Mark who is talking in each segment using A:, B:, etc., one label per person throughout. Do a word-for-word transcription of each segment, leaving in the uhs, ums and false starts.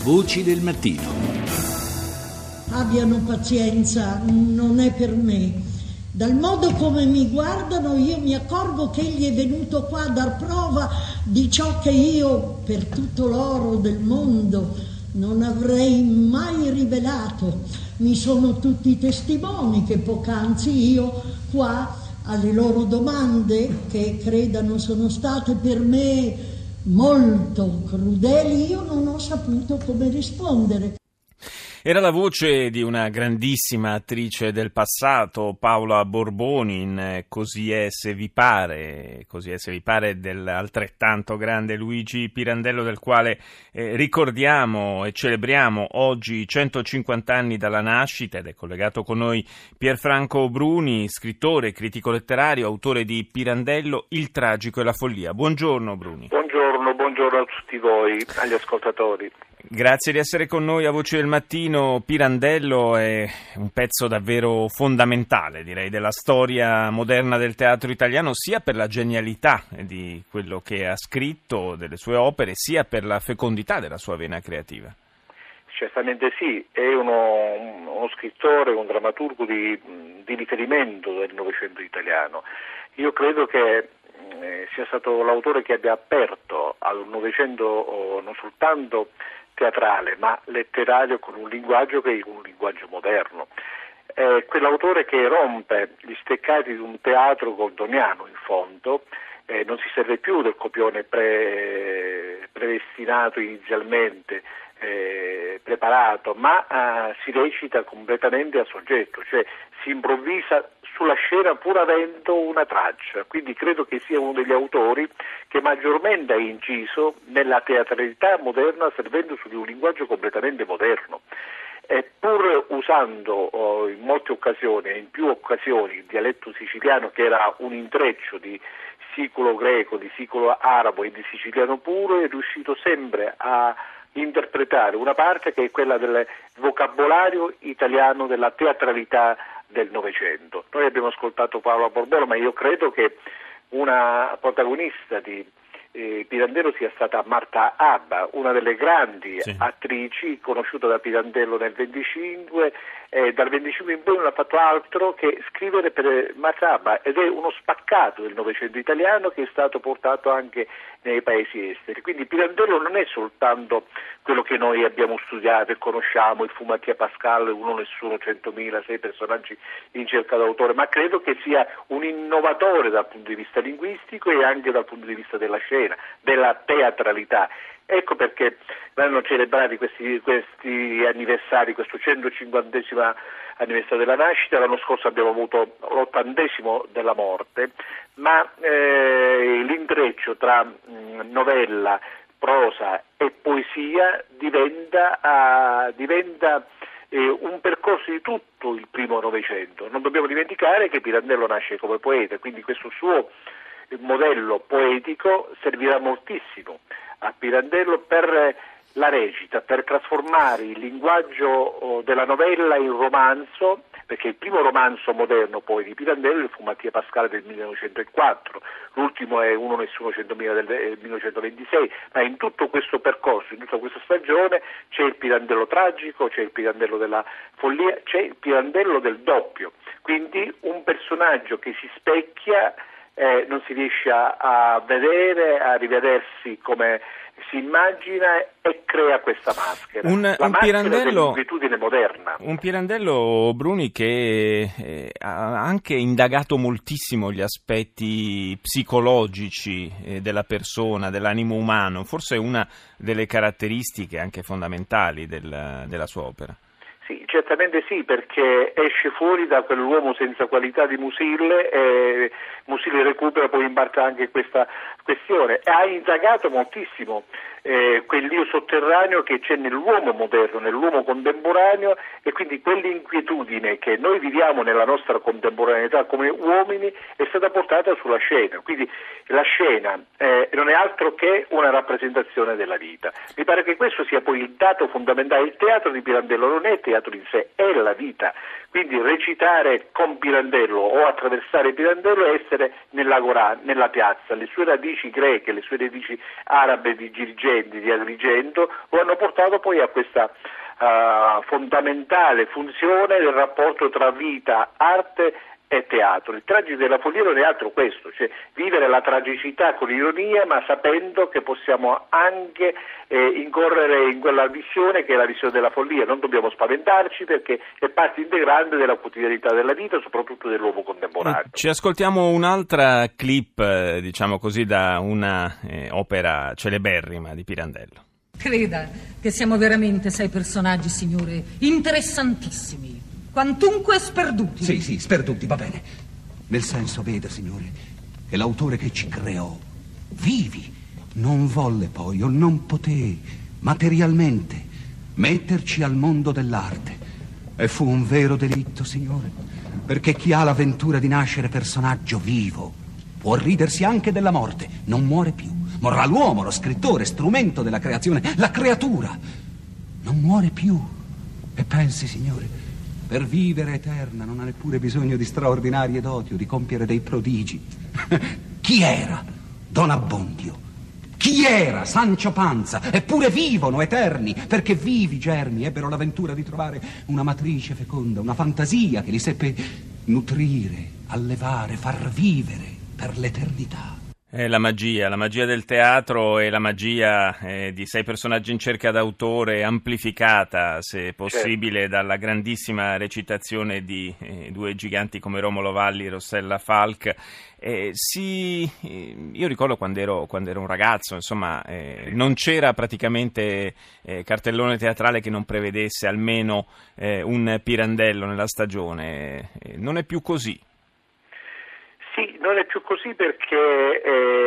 A: Voci del mattino.
B: Abbiano pazienza, non è per me. Dal modo come mi guardano io mi accorgo che egli è venuto qua a dar prova di ciò che io, per tutto l'oro del mondo, non avrei mai rivelato. Mi sono tutti testimoni che poc'anzi io qua alle loro domande, che credano sono state per me molto crudeli, io non ho saputo come rispondere.
C: Era la voce di una grandissima attrice del passato, Paola Borboni, in Così è se vi pare, Così è se vi pare dell'altrettanto grande Luigi Pirandello, del quale eh, ricordiamo e celebriamo oggi centocinquanta anni dalla nascita, ed è collegato con noi Pierfranco Bruni, scrittore, critico letterario, autore di Pirandello, Il tragico e la follia. Buongiorno Bruni.
D: Buongiorno, buongiorno a tutti voi, agli ascoltatori.
C: Grazie di essere con noi a Voci del Mattino. Pirandello è un pezzo davvero fondamentale, direi, della storia moderna del teatro italiano, sia per la genialità di quello che ha scritto, delle sue opere, sia per la fecondità della sua vena creativa.
D: Certamente sì, è uno, uno scrittore, un drammaturgo di, di riferimento del Novecento italiano. Io credo che eh, sia stato l'autore che abbia aperto al Novecento oh, non soltanto teatrale, ma letterario, con un linguaggio che è un linguaggio moderno. È quell'autore che rompe gli steccati di un teatro goldoniano, in fondo, eh, non si serve più del copione pre, predestinato inizialmente, eh, preparato, ma eh, si recita completamente a soggetto, cioè si improvvisa sulla scena pur avendo una traccia. Quindi credo che sia uno degli autori che maggiormente ha inciso nella teatralità moderna, servendo su di un linguaggio completamente moderno. E pur usando oh, in molte occasioni e in più occasioni il dialetto siciliano, che era un intreccio di siculo greco, di siculo arabo e di siciliano puro, è riuscito sempre a interpretare una parte che è quella del vocabolario italiano, della teatralità del Novecento. Noi abbiamo ascoltato Paola Borboni, ma io credo che una protagonista di eh, Pirandello sia stata Marta Abba, una delle grandi sì. attrici conosciuta da Pirandello nel venticinque, e dal venticinque in poi non ha fatto altro che scrivere per Marta Abba, ed è uno spaccato del Novecento italiano che è stato portato anche nei paesi esteri. Quindi Pirandello non è soltanto quello che noi abbiamo studiato e conosciamo, il fu Mattia Pascal, uno nessuno, centomila, sei personaggi in cerca d'autore, ma credo che sia un innovatore dal punto di vista linguistico e anche dal punto di vista della scena, della teatralità. Ecco perché vanno celebrati questi, questi anniversari, questo centocinquantesimo anniversario della nascita. L'anno scorso abbiamo avuto l'ottantesimo della morte, ma eh, l'intreccio tra mh, novella, prosa e poesia diventa, uh, diventa eh, un percorso di tutto il primo Novecento. Non dobbiamo dimenticare che Pirandello nasce come poeta, quindi questo suo modello poetico servirà moltissimo a Pirandello per la recita, per trasformare il linguaggio della novella in romanzo, perché il primo romanzo moderno poi di Pirandello fu Mattia Pascal del millenovecentoquattro, l'ultimo è Uno nessuno centomila del millenovecentoventisei, ma in tutto questo percorso, in tutta questa stagione c'è il Pirandello tragico, c'è il Pirandello della follia, c'è il Pirandello del doppio, quindi un personaggio che si specchia, eh, non si riesce a, a vedere, a rivedersi come si immagina e crea questa maschera,
C: un,
D: la
C: un
D: maschera
C: Pirandello,
D: dell'inquietudine moderna.
C: Un Pirandello, Bruni, che eh, ha anche indagato moltissimo gli aspetti psicologici eh, della persona, dell'animo umano, forse è una delle caratteristiche anche fondamentali del, della sua opera.
D: Sì, certamente sì, perché esce fuori da quell'uomo senza qualità di Musil, e Musil recupera poi in parte anche questa questione, e ha indagato moltissimo eh, quell'io sotterraneo che c'è nell'uomo moderno, nell'uomo contemporaneo, e quindi quell'inquietudine che noi viviamo nella nostra contemporaneità come uomini è stata portata sulla scena. Quindi la scena eh, non è altro che una rappresentazione della vita. Mi pare che questo sia poi il dato fondamentale. Il teatro di Pirandello non è teatro in sé, è la vita. Quindi recitare con Pirandello o attraversare Pirandello è essere nell'agorà, nella piazza. Le sue radici greche, le sue radici arabe di Girgenti, studenti di Agrigento lo hanno portato poi a questa uh, fondamentale funzione del rapporto tra vita, arte e teatro. Il tragico della follia non è altro questo, cioè vivere la tragicità con ironia, ma sapendo che possiamo anche eh, incorrere in quella visione che è la visione della follia. Non dobbiamo spaventarci, perché è parte integrante della quotidianità della vita, soprattutto dell'uomo contemporaneo.
C: Ci ascoltiamo un'altra clip, eh, diciamo così, da una eh, opera celeberrima di Pirandello.
A: Creda che siamo veramente sei personaggi, signore, interessantissimi, quantunque sperduti.
E: Sì, sì, sperduti, va bene. Nel senso, veda, signore, che l'autore che ci creò, vivi, non volle poi o non poté materialmente metterci al mondo dell'arte. E fu un vero delitto, signore, perché chi ha la ventura di nascere personaggio vivo può ridersi anche della morte, non muore più. Morrà l'uomo, lo scrittore, strumento della creazione, la creatura. Non muore più. E pensi, signore, per vivere eterna non ha neppure bisogno di straordinarie doti o di compiere dei prodigi. Chi era Don Abbondio? Chi era Sancio Panza? Eppure vivono, eterni, perché vivi germi ebbero la ventura di trovare una matrice feconda, una fantasia che li seppe nutrire, allevare, far vivere per l'eternità.
C: È la magia, la magia del teatro e la magia eh, di sei personaggi in cerca d'autore, amplificata, se possibile, certo, dalla grandissima recitazione di eh, due giganti come Romolo Valli e Rossella Falk. Eh, sì, eh, io ricordo quando ero, quando ero un ragazzo, insomma, eh, non c'era praticamente eh, cartellone teatrale che non prevedesse almeno eh, un Pirandello nella stagione. Eh, non è più così.
D: Sì, non è più così, perché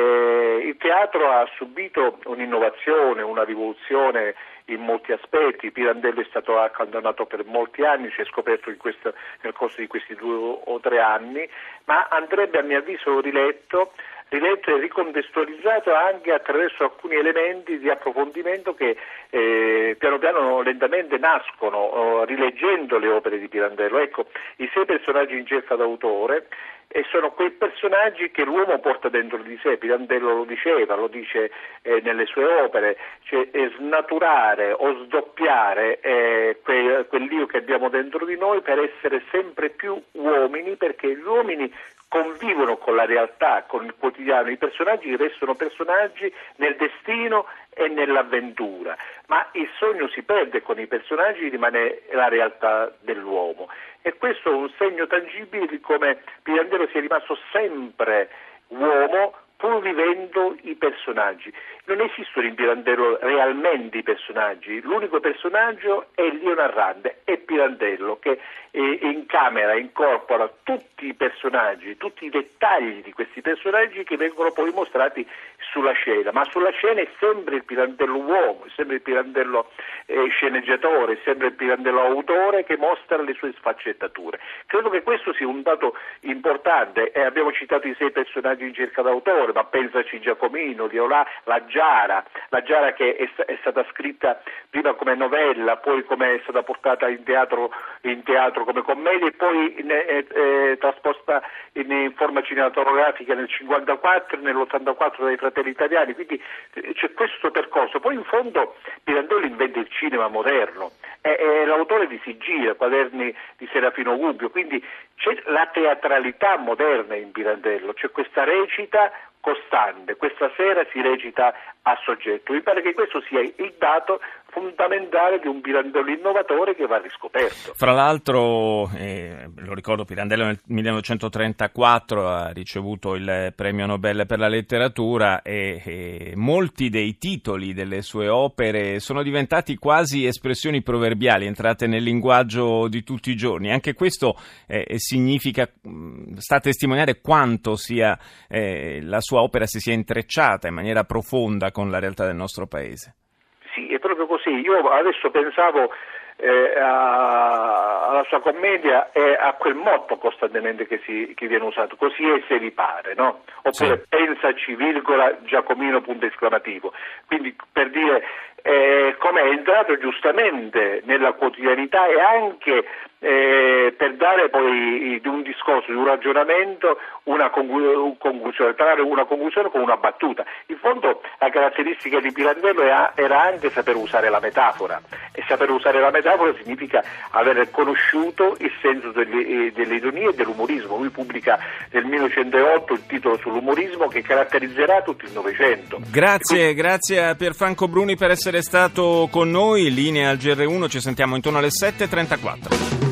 D: eh, il teatro ha subito un'innovazione, una rivoluzione in molti aspetti. Pirandello è stato accantonato per molti anni, si è scoperto in questo, nel corso di questi due o tre anni, ma andrebbe, a mio avviso, riletto, riletto e ricontestualizzato anche attraverso alcuni elementi di approfondimento che eh, piano piano lentamente nascono oh, rileggendo le opere di Pirandello. Ecco, i sei personaggi in cerca d'autore e sono quei personaggi che l'uomo porta dentro di sé. Pirandello lo diceva, lo dice eh, nelle sue opere, cioè eh, snaturare o sdoppiare eh, que- quell'io che abbiamo dentro di noi per essere sempre più uomini, perché gli uomini convivono con la realtà, con il quotidiano. I personaggi restano personaggi nel destino e nell'avventura, ma il sogno si perde con i personaggi, rimane la realtà dell'uomo. E questo è un segno tangibile di come Pirandello sia rimasto sempre uomo, pur vivendo i personaggi. Non esistono in Pirandello realmente i personaggi, l'unico personaggio è l'io narrante, è Pirandello, che eh, incamera, incorpora tutti i personaggi, tutti i dettagli di questi personaggi che vengono poi mostrati sulla scena, ma sulla scena è sempre il Pirandello uomo, è sempre il Pirandello eh, sceneggiatore, è sempre il Pirandello autore che mostra le sue sfaccettature. Credo che questo sia un dato importante. Eh, abbiamo citato i sei personaggi in cerca d'autore, ma pensaci Giacomino, Liolà, la Giara, la Giara che è, è stata scritta prima come novella, poi come è stata portata in teatro, in teatro come commedia e poi è, è trasposta in, in forma cinematografica nel cinquantaquattro e nell'ottantaquattro dai Fratelli Italiani, quindi c'è questo percorso. Poi in fondo Pirandello inventa il cinema moderno, è, è l'autore di Sigira, Quaderni di Serafino Gubbio, quindi c'è la teatralità moderna in Pirandello, c'è questa recita costante, questa sera si recita a soggetto. Mi pare che questo sia il dato fondamentale di un Pirandello innovatore che va riscoperto.
C: Fra l'altro, eh, lo ricordo, Pirandello nel millenovecentotrentaquattro ha ricevuto il premio Nobel per la letteratura e, e molti dei titoli delle sue opere sono diventati quasi espressioni proverbiali, entrate nel linguaggio di tutti i giorni. Anche questo eh, significa, sta a testimoniare quanto sia eh, la sua opera si sia intrecciata in maniera profonda con la realtà del nostro paese.
D: Sì, è proprio così. Io adesso pensavo eh, a, alla sua commedia e a quel motto costantemente che, si, che viene usato, così è se vi pare, no? Oppure sì. Pensaci, virgola, Giacomino, punto esclamativo. Quindi per dire eh, come è entrato giustamente nella quotidianità e anche eh, per dare poi di un discorso, di un ragionamento, una conclu- conclusione, trarre una conclusione con una battuta. In fondo la caratteristica di Pirandello era anche saper usare la metafora, e saper usare la metafora significa aver conosciuto il senso delle, dell'ironia e dell'umorismo. Lui pubblica nel millenovecentootto il titolo sull'umorismo che caratterizzerà tutto il Novecento.
C: Grazie, quindi... grazie a Pierfranco Bruni per essere stato con noi. Linea al G R uno, ci sentiamo intorno alle sette e trentaquattro.